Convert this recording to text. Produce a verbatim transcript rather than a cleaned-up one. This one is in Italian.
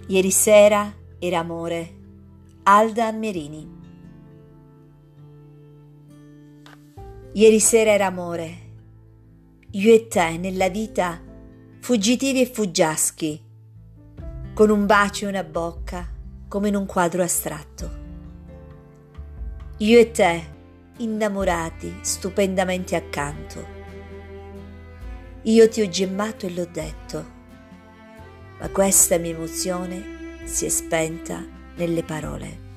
Ieri sera era amore. Alda Merini. Ieri sera era amore. Io e te nella vita, fuggitivi e fuggiaschi, con un bacio e una bocca, come in un quadro astratto. Io e te, innamorati, stupendamente accanto. Io ti ho gemmato e l'ho detto, ma questa mia emozione si è spenta nelle parole.